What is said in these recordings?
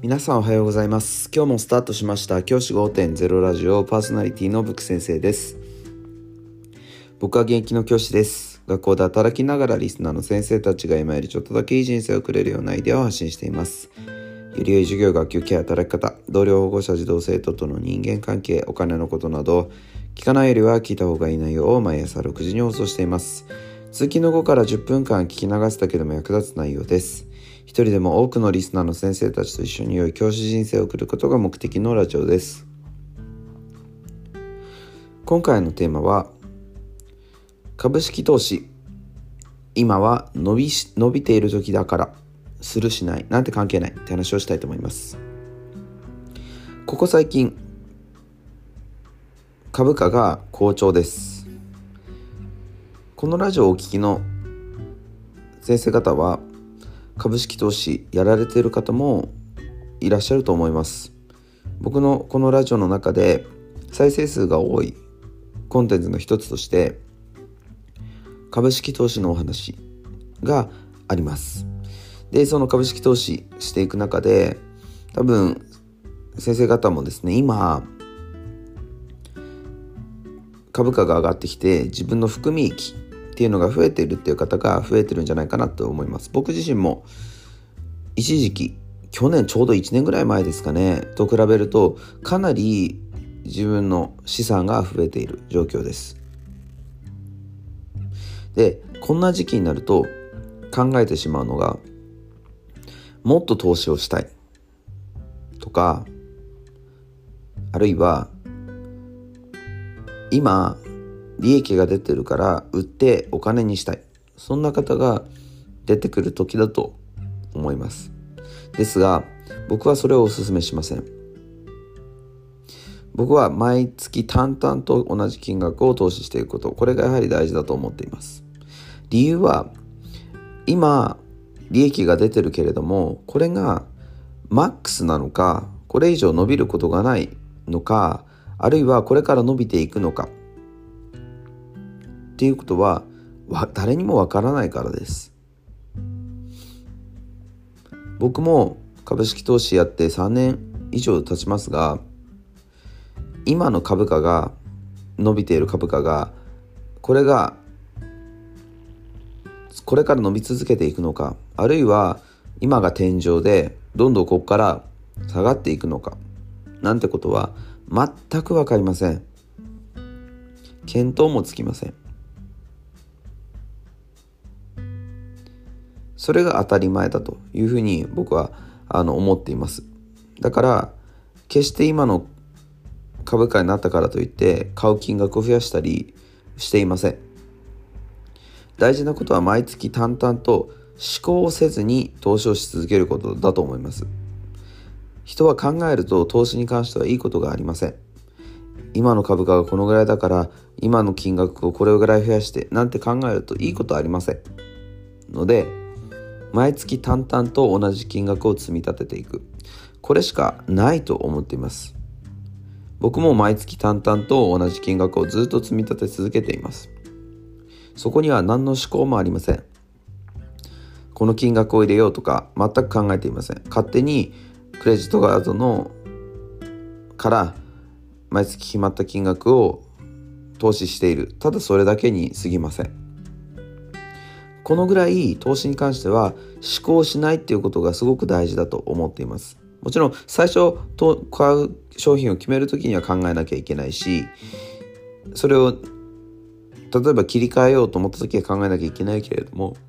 皆さんおはようございます。今日もスタートしました教師 5.0 ラジオパーソナリティのブック先生です。僕は現役の教師です。学校で働きながらリスナーの先生たちが今よりちょっとだけいい人生を送れるようなアイデアを発信しています。より良い授業、学級ケア、働き方、同僚、保護者、児童生徒との人間関係、お金のことなど聞かないよりは聞いた方がいい内容を毎朝6時に放送しています。通勤の後から10分間聞き流すだけでも役立つ内容です。一人でも多くのリスナーの先生たちと一緒に良い教師人生を送ることが目的のラジオです。今回のテーマは株式投資、今は伸びている時だからするしないなんて関係ないって話をしたいと思います。ここ最近株価が好調です。このラジオをお聞きの先生方は株式投資やられている方もいらっしゃると思います。僕のこのラジオの中で再生数が多いコンテンツの一つとして株式投資のお話があります。で、その株式投資していく中で多分先生方もですね、今株価が上がってきて自分の含み益っていうのが増えているっていう方が増えてるんじゃないかなと思います。僕自身も一時期去年ちょうど1年ぐらい前ですかねと比べるとかなり自分の資産が増えている状況です。で、こんな時期になると考えてしまうのが、もっと投資をしたいとか、あるいは今利益が出てるから売ってお金にしたい、そんな方が出てくる時だと思います。ですが僕はそれをお勧めしません。僕は毎月淡々と同じ金額を投資していくこと、これがやはり大事だと思っています。理由は今利益が出てるけれども、これがマックスなのか、これ以上伸びることがないのか、あるいはこれから伸びていくのかっていうことは誰にもわからないからです。僕も株式投資やって3年以上経ちますが、今の株価が伸びている株価がこれから伸び続けていくのか、あるいは今が天井でどんどんここから下がっていくのかなんてことは全く分かりません。見当もつきません。それが当たり前だというふうに僕は思っています。だから決して今の株価になったからといって買う金額を増やしたりしていません。大事なことは毎月淡々と思考をせずに投資をし続けることだと思います。人は考えると投資に関してはいいことがありません。今の株価がこのぐらいだから今の金額をこれぐらい増やしてなんて考えるといいことはありませんので、毎月淡々と同じ金額を積み立てていく、これしかないと思っています。僕も毎月淡々と同じ金額をずっと積み立て続けています。そこには何の思考もありません。この金額を入れようとか全く考えていません。勝手にクレジットカードから毎月決まった金額を投資している、ただそれだけに過ぎません。このぐらい投資に関しては思考しないっていうことがすごく大事だと思っています。もちろん最初買う商品を決めるときには考えなきゃいけないし、それを例えば切り替えようと思ったときは考えなきゃいけないけれども、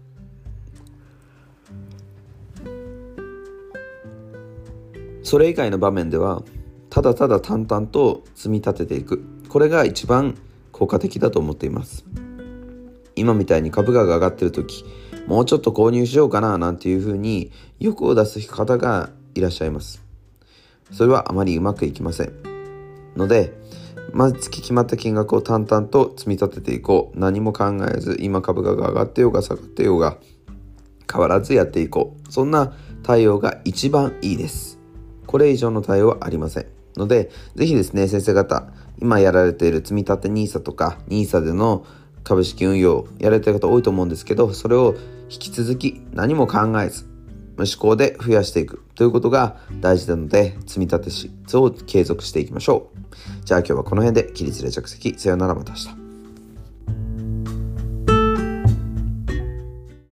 それ以外の場面ではただただ淡々と積み立てていく、これが一番効果的だと思っています。今みたいに株価が上がってるとき、もうちょっと購入しようかななんていうふうに欲を出す方がいらっしゃいます。それはあまりうまくいきませんので、毎月決まった金額を淡々と積み立てていこう。何も考えず、今株価が上がってようが下がってようが変わらずやっていこう。そんな対応が一番いいです。これ以上の対応はありませんので、ぜひですね、先生方今やられている積み立て NISA とか NISA での株式運用やられている方多いと思うんですけど、それを引き続き何も考えず無思考で増やしていくということが大事なので、積み立てを継続していきましょう。じゃあ今日はこの辺で起立例着席、さよなら、また明日。